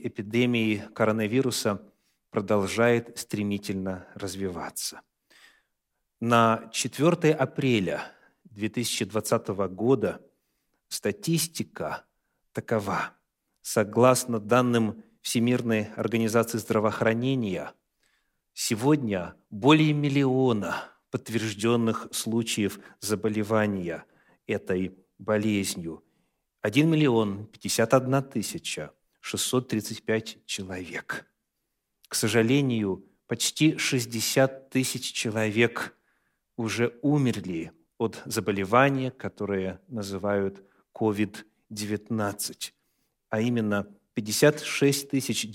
эпидемии коронавируса продолжает стремительно развиваться. На 4 апреля 2020 года статистика такова. Согласно данным Всемирной организации здравоохранения, сегодня более миллиона подтвержденных случаев заболевания этой болезнью. 1 051 635 человек. К сожалению, почти 60 тысяч человек уже умерли от заболевания, которое называют COVID-19, а именно 56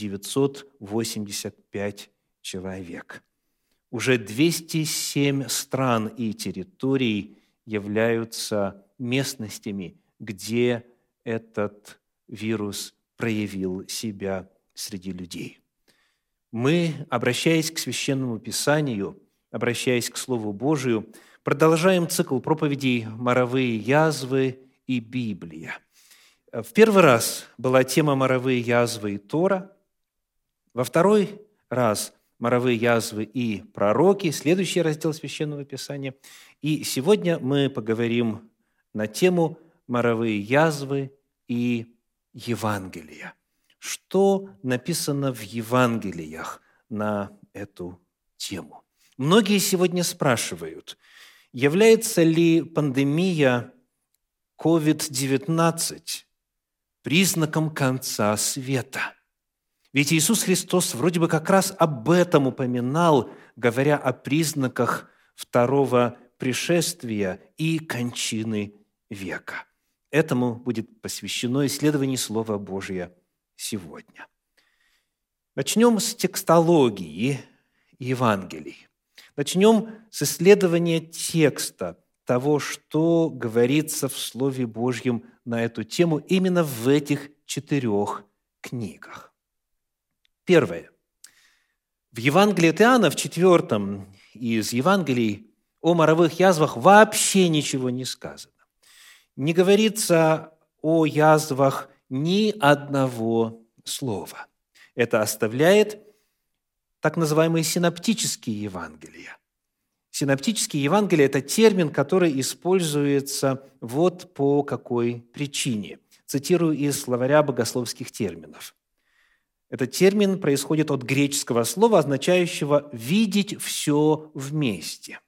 985 человек. Уже 207 стран и территорий являются местностями, где этот вирус проявил себя среди людей. Мы, обращаясь к Священному Писанию, обращаясь к Слову Божию, продолжаем цикл проповедей «Моровые язвы и Библия». В первый раз была тема «Моровые язвы и Тора», во второй раз «Моровые язвы и пророки», следующий раздел Священного Писания. И сегодня мы поговорим на тему «Моровые язвы и Евангелия». Что написано в Евангелиях на эту тему? Многие сегодня спрашивают, является ли пандемия COVID-19 признаком конца света? Ведь Иисус Христос вроде бы как раз об этом упоминал, говоря о признаках второго пришествия и кончины века. Этому будет посвящено исследование Слова Божия сегодня. Начнем с текстологии Евангелий. Начнем с исследования текста, того, что говорится в Слове Божьем на эту тему именно в этих 4 книгах. Первое. В Евангелии от Иоанна, в 4 из Евангелий, о моровых язвах вообще ничего не сказано. Не говорится о язвах ни одного слова. Это оставляет так называемые синоптические Евангелия. Синоптические Евангелия – это термин, который используется вот по какой причине. Цитирую из словаря богословских терминов. Этот термин происходит от греческого слова, означающего «видеть все вместе».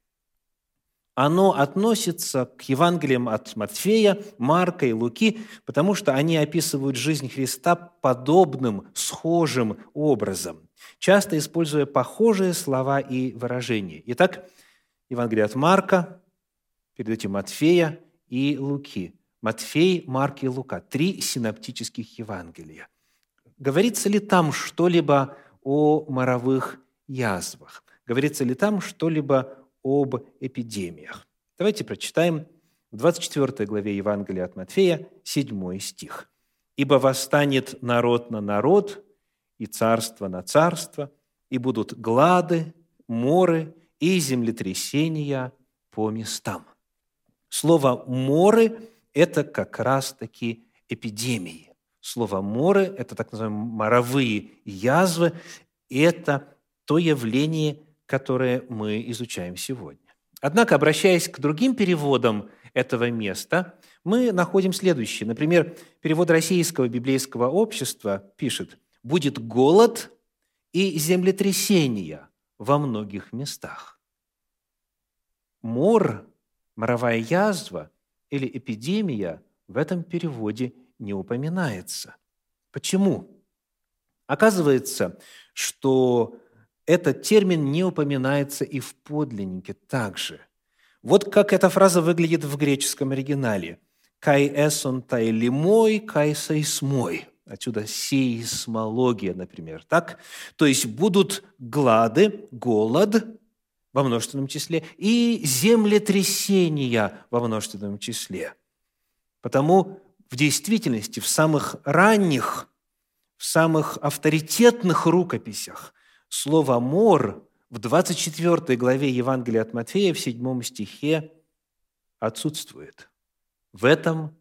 Оно относится к Евангелиям от Матфея, Марка и Луки, потому что они описывают жизнь Христа подобным, схожим образом, часто используя похожие слова и выражения. Итак, Евангелие от Марка, перед этим Матфея и Луки. Матфей, Марк и Лука – 3 синоптических Евангелия. Говорится ли там что-либо о моровых язвах? Говорится ли там что-либо об эпидемиях? Давайте прочитаем в 24 главе Евангелия от Матфея, 7 стих. «Ибо восстанет народ на народ, и царство на царство, и будут глады, моры и землетрясения по местам». Слово «моры» – это как раз-таки эпидемии. Слово «моры» – это так называемые моровые язвы, это то явление, которое мы изучаем сегодня. Однако, обращаясь к другим переводам этого места, мы находим следующее. Например, перевод Российского библейского общества пишет: «Будет голод и землетрясения во многих местах». Мор, моровая язва или эпидемия в этом переводе не упоминается. Почему? Оказывается, что этот термин не упоминается и в подлиннике также. Вот как эта фраза выглядит в греческом оригинале. «Кай эсон тай лимой, кай сейсмой». Отсюда сейсмология, например. Так? То есть будут глады, голод во множественном числе и землетрясения во множественном числе. Потому в действительности в самых ранних, в самых авторитетных рукописях слово «мор» в 24 главе Евангелия от Матфея в 7 стихе отсутствует. В этом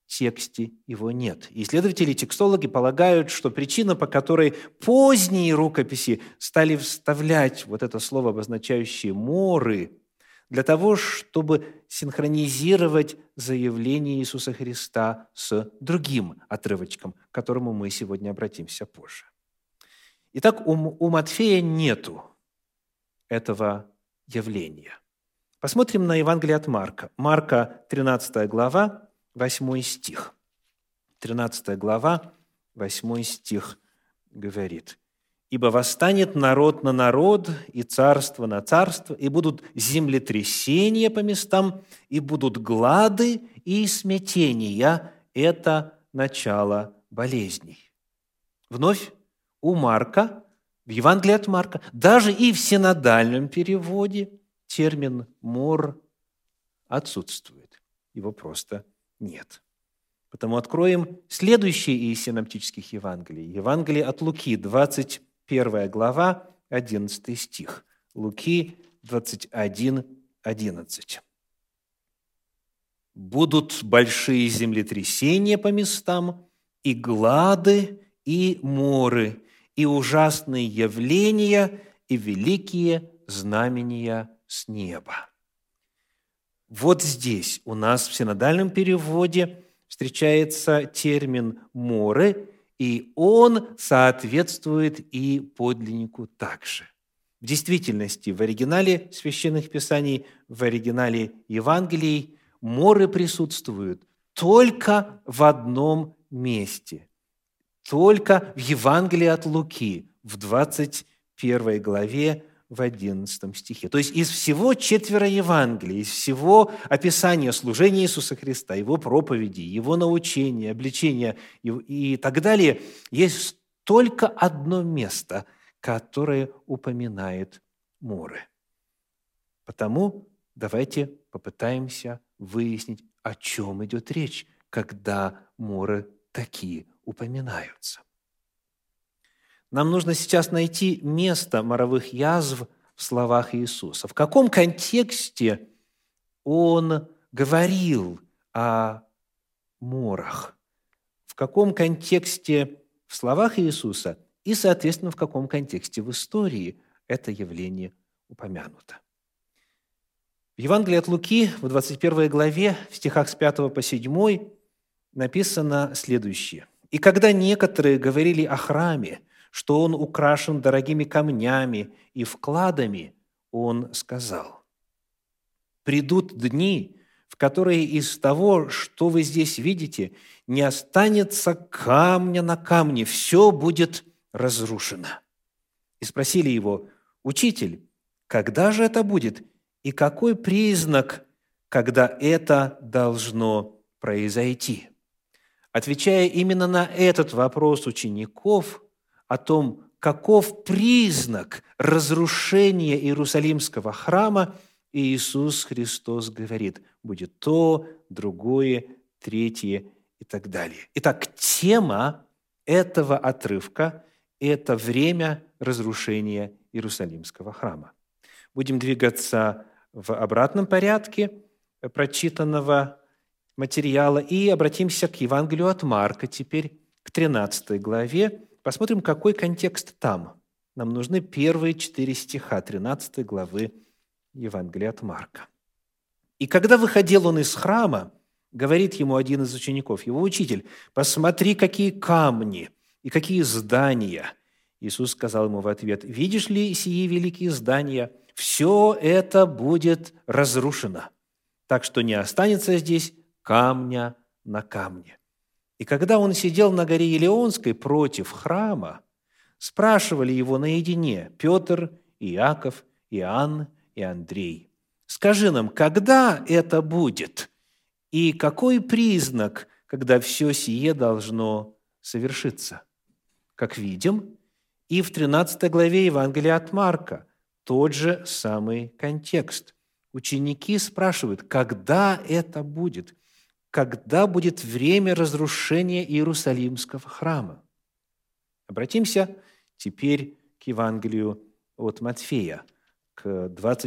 тексте его нет. Исследователи и текстологи полагают, что причина, по которой поздние рукописи стали вставлять вот это слово, обозначающее «моры», для того, чтобы синхронизировать заявление Иисуса Христа с другим отрывочком, к которому мы сегодня обратимся позже. Итак, у Матфея нету этого явления. Посмотрим на Евангелие от Марка. Марка, 13 глава, 8 стих. 13 глава, 8 стих говорит: «Ибо восстанет народ на народ, и царство на царство, и будут землетрясения по местам, и будут глады и смятения. Это начало болезней». Вновь у Марка, в Евангелии от Марка, даже и в синодальном переводе термин «мор» отсутствует. Его просто нет. Потому откроем следующие из синоптических Евангелий. Евангелие от Луки, 21 глава, 11 стих. Луки 21, 11. «Будут большие землетрясения по местам, и глады, и моры, и ужасные явления, и великие знамения с неба». Вот здесь у нас в синодальном переводе встречается термин «моры», и он соответствует и подлиннику также. В действительности, в оригинале Священных Писаний, в оригинале Евангелий моры присутствуют только в одном месте, только в Евангелии от Луки, в 21 главе, в 11 стихе. То есть из всего 4 Евангелий, из всего описания служения Иисуса Христа, Его проповеди, Его научения, обличения и так далее, есть только одно место, которое упоминает моры. Потому давайте попытаемся выяснить, о чем идет речь, когда моры такие упоминаются. Нам нужно сейчас найти место моровых язв в словах Иисуса. В каком контексте Он говорил о морах? В каком контексте в словах Иисуса и, соответственно, в каком контексте в истории это явление упомянуто? В Евангелии от Луки, в 21 главе, в стихах с 5 по 7 написано следующее. «И когда некоторые говорили о храме, что он украшен дорогими камнями и вкладами, он сказал: придут дни, в которые из того, что вы здесь видите, не останется камня на камне, все будет разрушено». И спросили его: «Учитель, когда же это будет, и какой признак, когда это должно произойти?» Отвечая именно на этот вопрос учеников о том, каков признак разрушения Иерусалимского храма, Иисус Христос говорит: будет то, другое, третье и так далее. Итак, тема этого отрывка – это время разрушения Иерусалимского храма. Будем двигаться в обратном порядке прочитанного материала и обратимся к Евангелию от Марка, теперь к 13 главе. Посмотрим, какой контекст там. Нам нужны первые 4 стиха 13 главы Евангелия от Марка. «И когда выходил он из храма, говорит ему один из учеников, его учитель: посмотри, какие камни и какие здания. Иисус сказал ему в ответ: видишь ли сии великие здания? Все это будет разрушено, так что не останется здесь камня на камне. И когда он сидел на горе Елеонской против храма, спрашивали его наедине Петр, Иаков, Иоанн и Андрей: скажи нам, когда это будет, и какой признак, когда все сие должно совершиться? Как видим, и в 13 главе Евангелия от Марка тот же самый контекст. Ученики спрашивают, когда это будет? Когда будет время разрушения Иерусалимского храма? Обратимся теперь к Евангелию от Матфея, к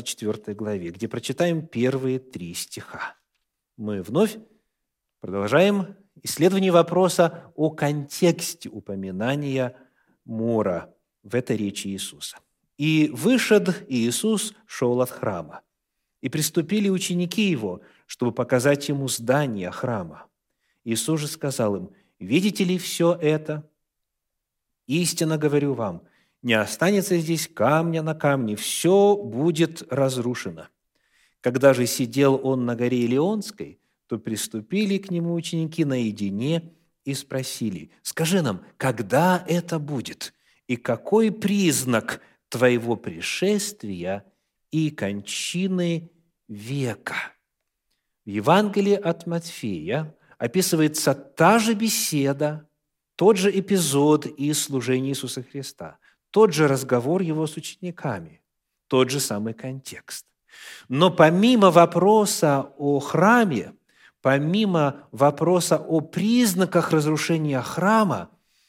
24 главе, где прочитаем первые 3 стиха. Мы вновь продолжаем исследование вопроса о контексте упоминания мора в этой речи Иисуса. «И вышед Иисус шел от храма, и приступили ученики Его, чтобы показать Ему здание храма. Иисус же сказал им: видите ли все это? Истинно говорю вам, не останется здесь камня на камне, все будет разрушено. Когда же сидел Он на горе Илионской, то приступили к Нему ученики наедине и спросили: скажи нам, когда это будет, и какой признак Твоего пришествия и кончины века?» В Евангелии от Матфея описывается та же беседа, тот же эпизод из служения Иисуса Христа, тот же разговор Его с учениками, тот же самый контекст. Но помимо вопроса о храме, помимо вопроса о признаках разрушения храма,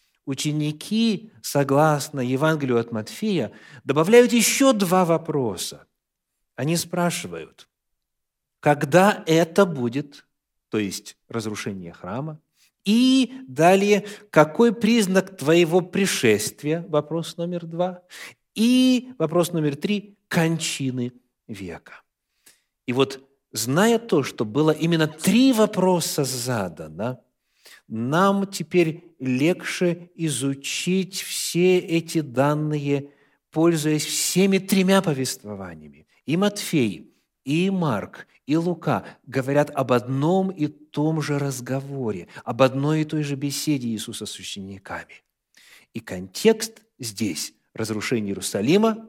ученики, согласно Евангелию от Матфея, добавляют еще два вопроса. Они спрашивают: когда это будет, то есть разрушение храма, и далее, какой признак Твоего пришествия, вопрос номер 2, и вопрос номер 3, кончины века. И вот, зная то, что было именно 3 вопроса задано, нам теперь легче изучить все эти данные, пользуясь всеми 3 повествованиями. И Матфей, и Марк, и Лука говорят об одном и том же разговоре, об одной и той же беседе Иисуса с учениками. И контекст здесь – разрушение Иерусалима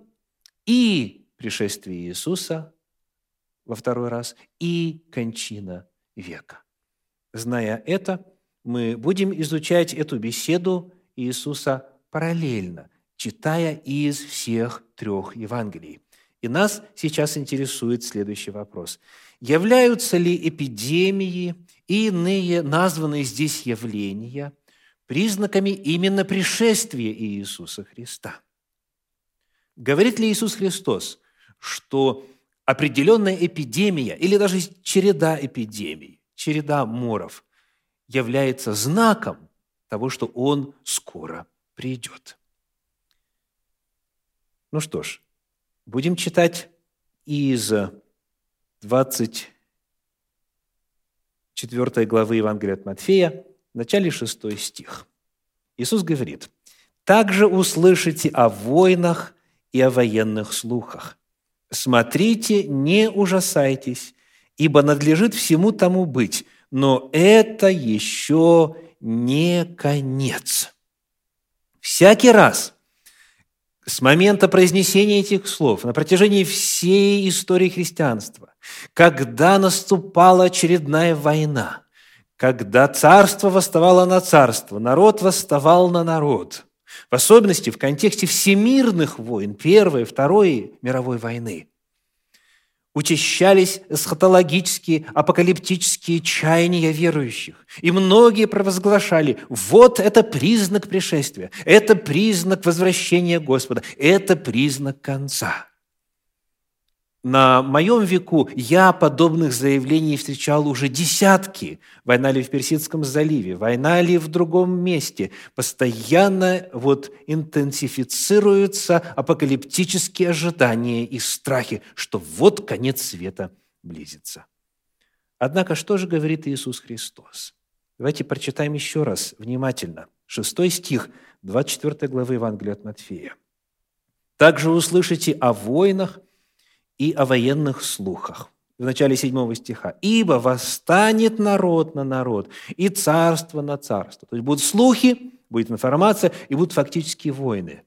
и пришествие Иисуса во 2 раз, и кончина века. Зная это, мы будем изучать эту беседу Иисуса параллельно, читая из всех 3 Евангелий. И нас сейчас интересует следующий вопрос. Являются ли эпидемии и иные названные здесь явления признаками именно пришествия Иисуса Христа? Говорит ли Иисус Христос, что определенная эпидемия или даже череда эпидемий, череда моров является знаком того, что Он скоро придет? Ну что ж, будем читать из 24 главы Евангелия от Матфея, в начале 6 стих. Иисус говорит: «Также услышите о войнах и о военных слухах. Смотрите, не ужасайтесь, ибо надлежит всему тому быть, но это еще не конец». Всякий раз с момента произнесения этих слов на протяжении всей истории христианства, когда наступала очередная война, когда царство восставало на царство, народ восставал на народ, в особенности в контексте всемирных войн, Первой и Второй мировой войны, учащались эсхатологические, апокалиптические чаяния верующих. И многие провозглашали: вот это признак пришествия, это признак возвращения Господа, это признак конца. На моем веку я подобных заявлений встречал уже десятки. Война ли в Персидском заливе, война ли в другом месте. Постоянно интенсифицируются апокалиптические ожидания и страхи, что вот конец света близится. Однако, что же говорит Иисус Христос? Давайте прочитаем еще раз внимательно. 6 стих 24 главы Евангелия от Матфея. «Также услышите о войнах и о военных слухах». В начале 7 стиха. «Ибо восстанет народ на народ, и царство на царство». То есть будут слухи, будет информация, и будут фактически войны.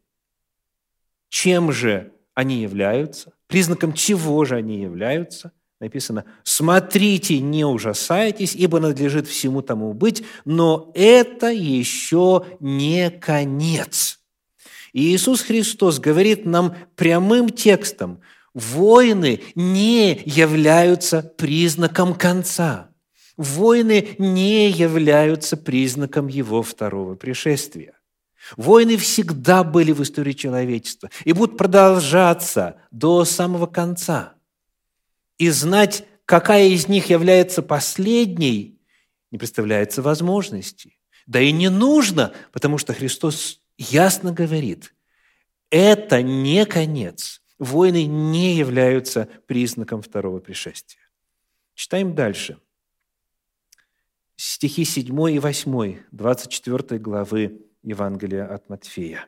Чем же они являются? Признаком чего же они являются? Написано: «Смотрите, не ужасайтесь, ибо надлежит всему тому быть, но это еще не конец». И Иисус Христос говорит нам прямым текстом: войны не являются признаком конца. Войны не являются признаком Его второго пришествия. Войны всегда были в истории человечества и будут продолжаться до самого конца. И знать, какая из них является последней, не представляется возможности. Да и не нужно, потому что Христос ясно говорит, это не конец. Войны не являются признаком второго пришествия. Читаем дальше. Стихи 7 и 8, 24 главы Евангелия от Матфея.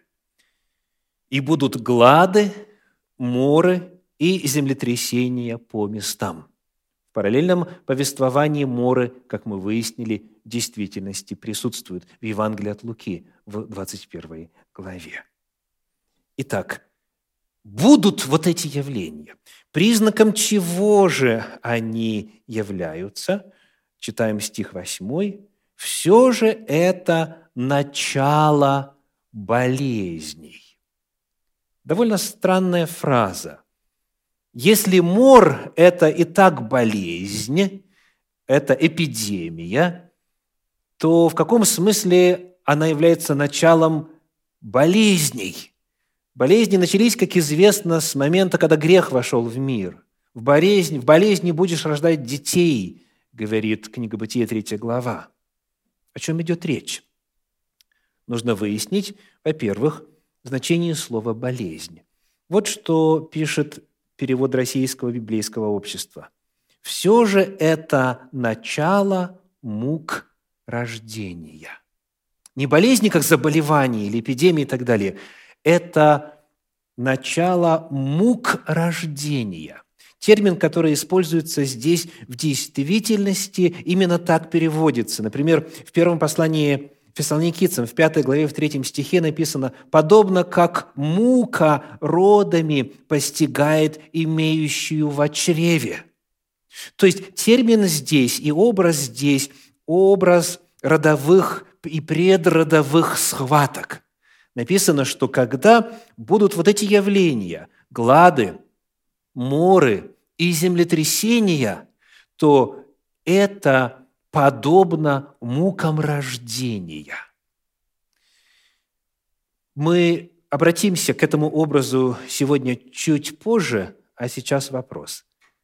«И будут глады, моры и землетрясения по местам». В параллельном повествовании моры, как мы выяснили, в действительности присутствуют в Евангелии от Луки в 21 главе. Итак, будут вот эти явления. Признаком чего же они являются? Читаем стих 8. «Все же это начало болезней». Довольно странная фраза. Если мор – это и так болезнь, это эпидемия, то в каком смысле она является началом болезней? Болезни начались, как известно, с момента, когда грех вошел в мир. В болезни будешь рождать детей, говорит книга Бытия, 3 глава. О чем идет речь? Нужно выяснить, во-первых, значение слова «болезнь». Вот что пишет перевод Российского библейского общества. «Все же это начало мук рождения». Не болезни, как заболевание или эпидемии и так далее. Это начало мук рождения. Термин, который используется здесь в действительности, именно так переводится. Например, в первом послании Фессалоникийцам, в 5 главе, в 3 стихе написано: «Подобно как мука родами постигает имеющую во чреве». То есть термин здесь и образ здесь – образ родовых и предродовых схваток. Написано, что когда будут вот эти явления – глады, моры и землетрясения, то это подобно мукам рождения. Мы обратимся к этому образу сегодня чуть позже, а сейчас вопрос.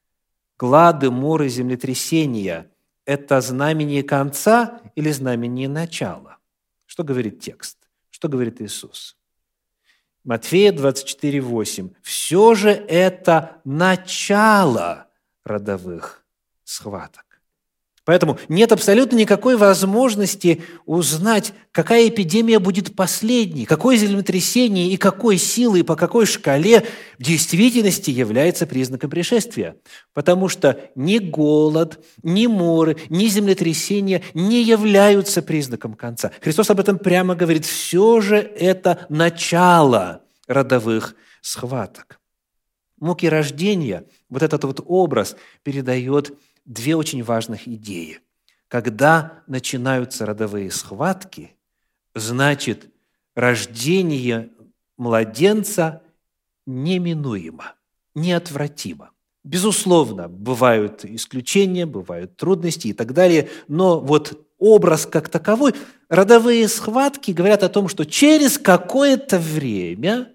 Глады, моры, землетрясения – это знамение конца или знамение начала? Что говорит текст? Что говорит Иисус? Матфея 24:8. «Все же это начало родовых схваток». Поэтому нет абсолютно никакой возможности узнать, какая эпидемия будет последней, какое землетрясение и какой силы, и по какой шкале в действительности является признаком пришествия. Потому что ни голод, ни моры, ни землетрясения не являются признаком конца. Христос об этом прямо говорит. Все же это начало родовых схваток. Муки рождения, вот этот вот образ передает две очень важных идеи. Когда начинаются родовые схватки, значит, рождение младенца неминуемо, неотвратимо. Безусловно, бывают исключения, бывают трудности и так далее, но вот образ как таковой, родовые схватки говорят о том, что через какое-то время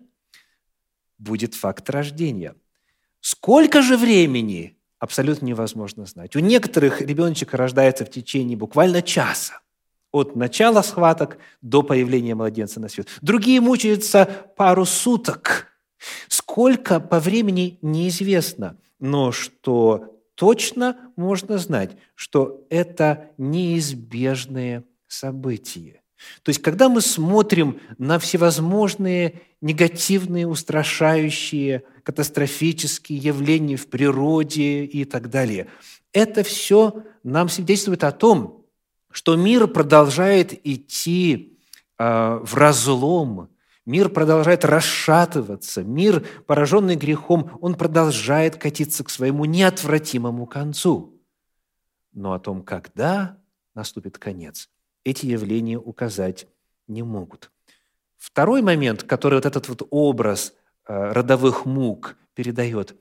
будет факт рождения. Сколько же времени? Абсолютно невозможно знать. У некоторых ребеночек рождается в течение буквально часа, от начала схваток до появления младенца на свет. Другие мучаются пару суток. Сколько по времени неизвестно, но что точно можно знать, что это неизбежные события. То есть, когда мы смотрим на всевозможные негативные, устрашающие, катастрофические явления в природе и так далее, это все нам свидетельствует о том, что мир продолжает идти в разлом, мир продолжает расшатываться, мир, пораженный грехом, он продолжает катиться к своему неотвратимому концу. Но о том, когда наступит конец, эти явления указать не могут. Второй момент, который вот этот вот образ родовых мук передает,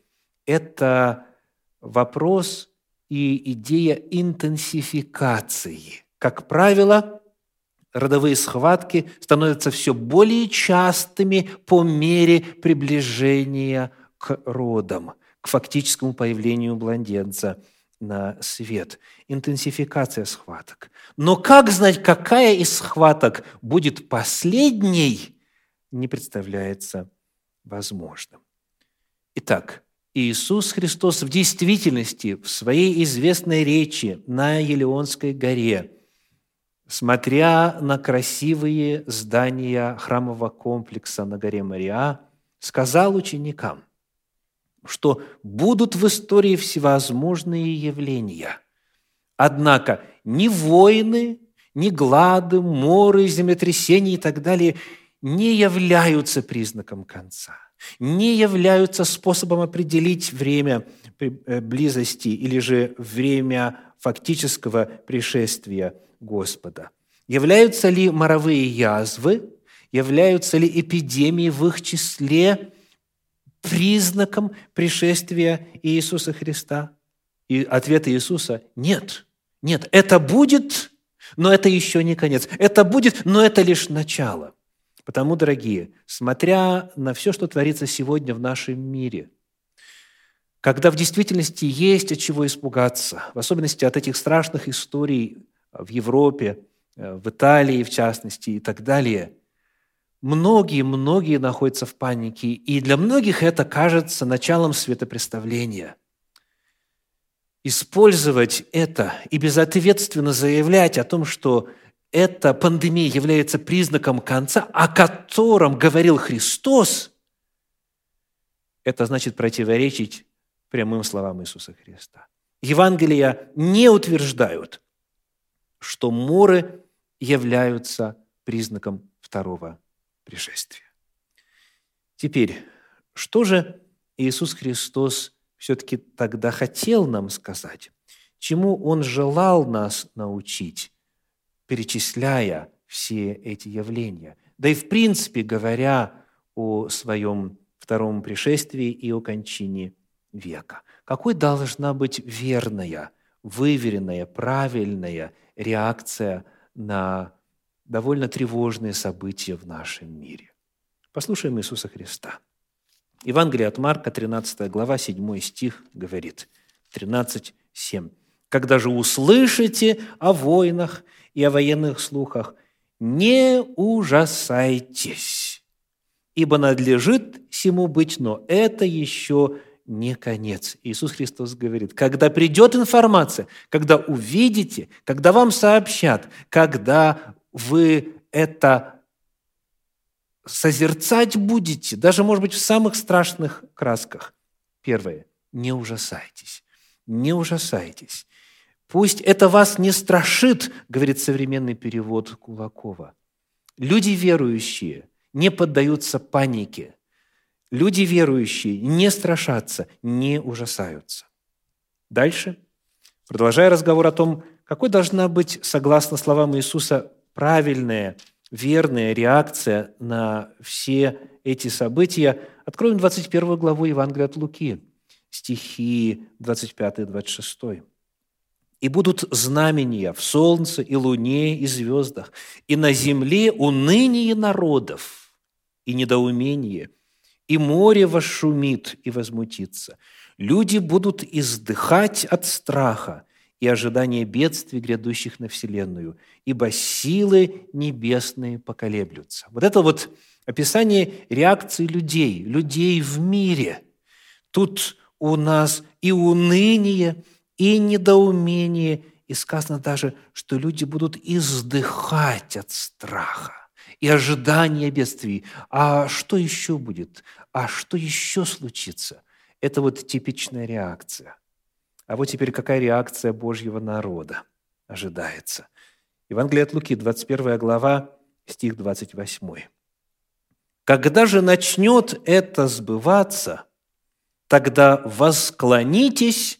это вопрос и идея интенсификации. Как правило, родовые схватки становятся все более частыми по мере приближения к родам, к фактическому появлению младенца на свет, интенсификация схваток. Но как знать, какая из схваток будет последней, не представляется возможным. Итак, Иисус Христос в действительности в своей известной речи на Елеонской горе, смотря на красивые здания храмового комплекса на горе Мориа, сказал ученикам, что будут в истории всевозможные явления. Однако ни войны, ни глады, моры, землетрясения и так далее не являются признаком конца, не являются способом определить время близости или же время фактического пришествия Господа. Являются ли моровые язвы, являются ли эпидемии в их числе признаком пришествия Иисуса Христа? И ответ Иисуса – нет. Нет, это будет, но это еще не конец. Это будет, но это лишь начало. Потому, дорогие, смотря на все, что творится сегодня в нашем мире, когда в действительности есть от чего испугаться, в особенности от этих страшных историй в Европе, в Италии в частности и так далее, многие находятся в панике, и для многих это кажется началом светопреставления. Использовать это и безответственно заявлять о том, что эта пандемия является признаком конца, о котором говорил Христос, это значит противоречить прямым словам Иисуса Христа. Евангелия не утверждают, что моры являются признаком второго пришествия. Теперь, что же Иисус Христос все-таки тогда хотел нам сказать? Чему Он желал нас научить, перечисляя все эти явления? Да и в принципе говоря о Своем втором пришествии и о кончине века. Какой должна быть верная, выверенная, правильная реакция на довольно тревожные события в нашем мире? Послушаем Иисуса Христа. Евангелие от Марка, 13 глава, 7 стих говорит, 13:7. «Когда же услышите о войнах и о военных слухах, не ужасайтесь, ибо надлежит сему быть, но это еще не конец». Иисус Христос говорит, когда придет информация, когда увидите, когда вам сообщат, когда вы это созерцать будете, даже, может быть, в самых страшных красках. Первое. Не ужасайтесь. Не ужасайтесь. Пусть это вас не страшит, говорит современный перевод Кулакова. Люди верующие не поддаются панике. Люди верующие не страшатся, не ужасаются. Дальше, продолжая разговор о том, какой должна быть, согласно словам Иисуса, правильная, верная реакция на все эти события, откроем 21 главу Евангелия от Луки, стихи 25-26. «И будут знамения в солнце и луне и звездах, и на земле уныние народов и недоумение, и море вошумит и возмутится. Люди будут издыхать от страха и ожидания бедствий, грядущих на вселенную, ибо силы небесные поколеблются». Вот это вот описание реакции людей в мире. Тут у нас и уныние, и недоумение, и сказано даже, что люди будут издыхать от страха и ожидания бедствий. А что еще будет? А что еще случится? Это вот типичная реакция. А вот теперь какая реакция Божьего народа ожидается? Евангелие от Луки, 21 глава, стих 28. «Когда же начнет это сбываться, тогда восклонитесь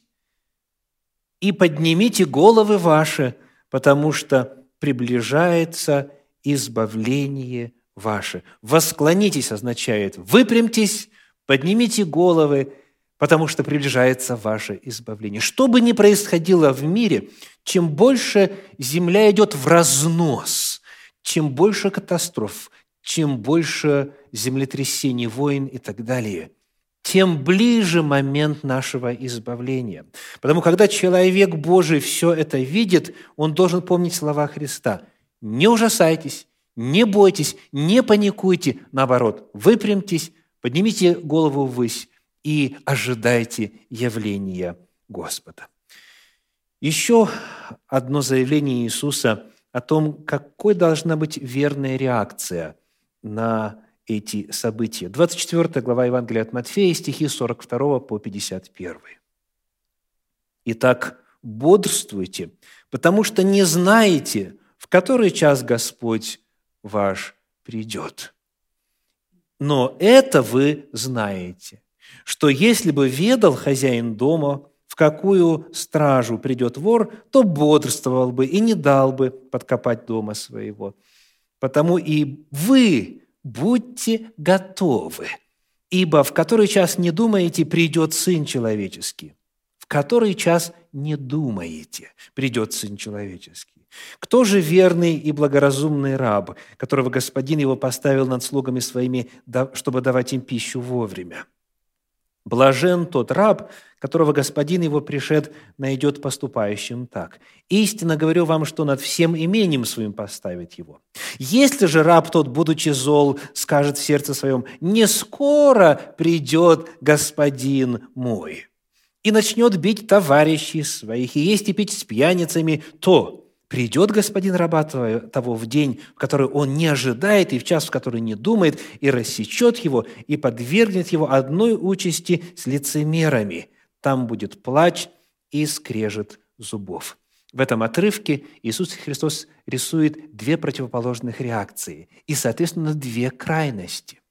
и поднимите головы ваши, потому что приближается избавление ваше». «Восклонитесь» означает «выпрямьтесь, поднимите головы, потому что приближается ваше избавление». Что бы ни происходило в мире, чем больше земля идет в разнос, чем больше катастроф, чем больше землетрясений, войн и так далее, тем ближе момент нашего избавления. Потому когда человек Божий все это видит, он должен помнить слова Христа. Не ужасайтесь, не бойтесь, не паникуйте. Наоборот, выпрямьтесь, поднимите голову ввысь и ожидайте явления Господа. Еще одно заявление Иисуса о том, какой должна быть верная реакция на эти события. 24 глава Евангелия от Матфея, стихи 42 по 51. «Итак, бодрствуйте, потому что не знаете, в который час Господь ваш придет. Но это вы знаете, что если бы ведал хозяин дома, в какую стражу придет вор, то бодрствовал бы и не дал бы подкопать дома своего. Потому и вы будьте готовы, ибо в который час не думаете, придет Сын Человеческий. В который час не думаете, придет Сын Человеческий. Кто же верный и благоразумный раб, которого господин его поставил над слугами своими, чтобы давать им пищу вовремя? Блажен тот раб, которого господин его пришед найдет поступающим так. Истинно говорю вам, что над всем имением своим поставит его. Если же раб тот, будучи зол, скажет в сердце своем: не скоро придет господин мой, и начнет бить товарищей своих, и есть и пить с пьяницами, то придет господин раба того в день, в который он не ожидает, и в час, в который не думает, и рассечет его, и подвергнет его одной участи с лицемерами. Там будет плач и скрежет зубов». В этом отрывке Иисус Христос рисует две противоположных реакции и, соответственно, две крайности.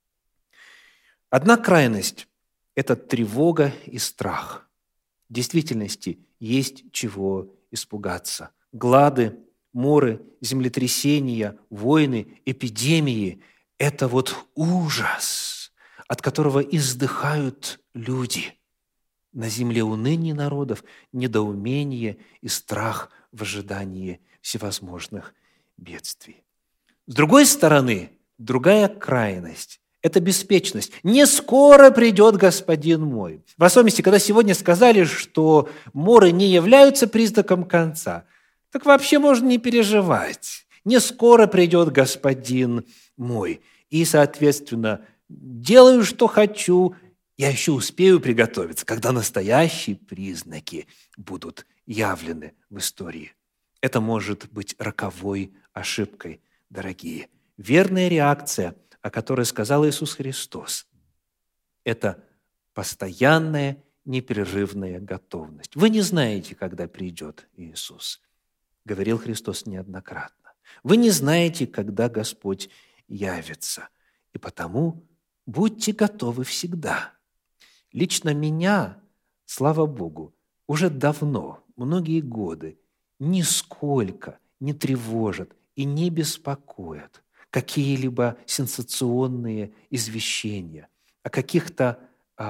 Одна крайность – это тревога и страх. В действительности есть чего испугаться. Глады, моры, землетрясения, войны, эпидемии – это вот ужас, от которого издыхают люди. На земле уныние народов, недоумение и страх в ожидании всевозможных бедствий. С другой стороны, другая крайность – это беспечность. «Не скоро придет господин мой». В особенности, когда сегодня сказали, что моры не являются признаком конца, так вообще можно не переживать. Не скоро придет господин мой. И, соответственно, делаю, что хочу, я еще успею приготовиться, когда настоящие признаки будут явлены в истории. Это может быть роковой ошибкой, дорогие. Верная реакция, о которой сказал Иисус Христос, это постоянная, непрерывная готовность. Вы не знаете, когда придет Иисус. Говорил Христос неоднократно. Вы не знаете, когда Господь явится. И потому будьте готовы всегда. Лично меня, слава Богу, уже давно, многие годы, нисколько не тревожат и не беспокоят какие-либо сенсационные извещения о каких-то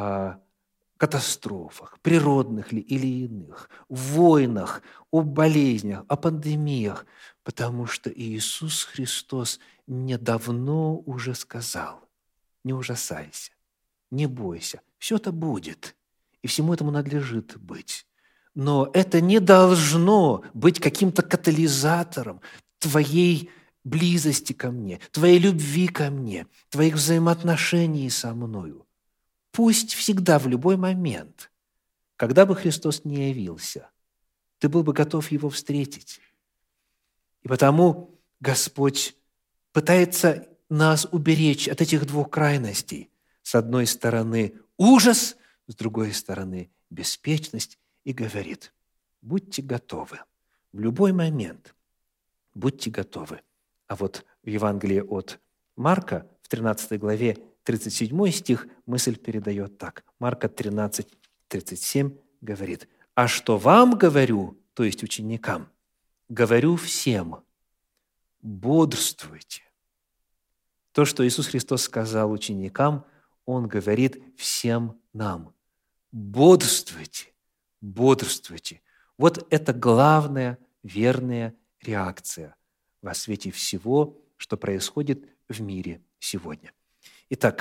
катастрофах, природных ли или иных, войнах, о болезнях, о пандемиях, потому что Иисус Христос мне давно уже сказал: не ужасайся, не бойся, все это будет, и всему этому надлежит быть. Но это не должно быть каким-то катализатором твоей близости ко мне, твоей любви ко мне, твоих взаимоотношений со мною. Пусть всегда, в любой момент, когда бы Христос не явился, ты был бы готов Его встретить. И потому Господь пытается нас уберечь от этих двух крайностей. С одной стороны ужас, с другой стороны беспечность, и говорит: будьте готовы в любой момент, будьте готовы. А вот в Евангелии от Марка, в 13 главе, 37 стих, мысль передает так. Марка 13, 37 говорит: «А что вам говорю, то есть ученикам, говорю всем, бодрствуйте». То, что Иисус Христос сказал ученикам, Он говорит всем нам. Бодрствуйте, бодрствуйте. Вот это главная верная реакция во свете всего, что происходит в мире сегодня. Итак,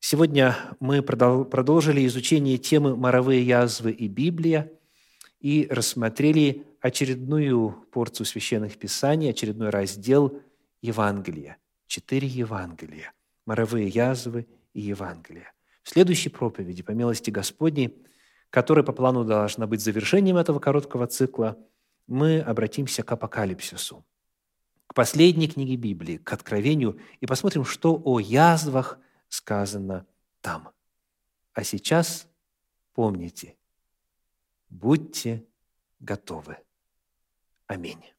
Сегодня мы продолжили изучение темы «Моровые язвы и Библия» и рассмотрели очередную порцию священных писаний, очередной раздел Евангелия. 4 Евангелия – моровые язвы и Евангелия. В следующей проповеди, по милости Господней, которая по плану должна быть завершением этого короткого цикла, мы обратимся к Апокалипсису, к последней книге Библии, к Откровению, и посмотрим, что о язвах сказано там. А сейчас помните, будьте готовы. Аминь.